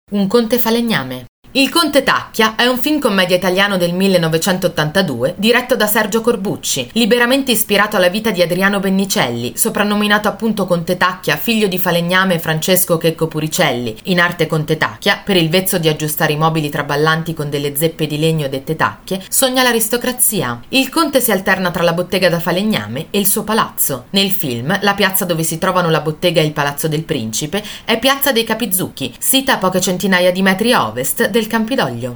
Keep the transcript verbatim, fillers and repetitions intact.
Un conte falegname. Il Conte Tacchia è un film commedia italiano del millenovecentottantadue diretto da Sergio Corbucci, liberamente ispirato alla vita di Adriano Bennicelli, soprannominato appunto Conte Tacchia, figlio di falegname Francesco Checco Puricelli, in arte Conte Tacchia, per il vezzo di aggiustare i mobili traballanti con delle zeppe di legno dette tacchie, sogna l'aristocrazia. Il conte si alterna tra la bottega da falegname e il suo palazzo. Nel film, la piazza dove si trovano la bottega e il palazzo del principe è Piazza dei Capizucchi, sita a poche centinaia di metri a ovest del Campidoglio.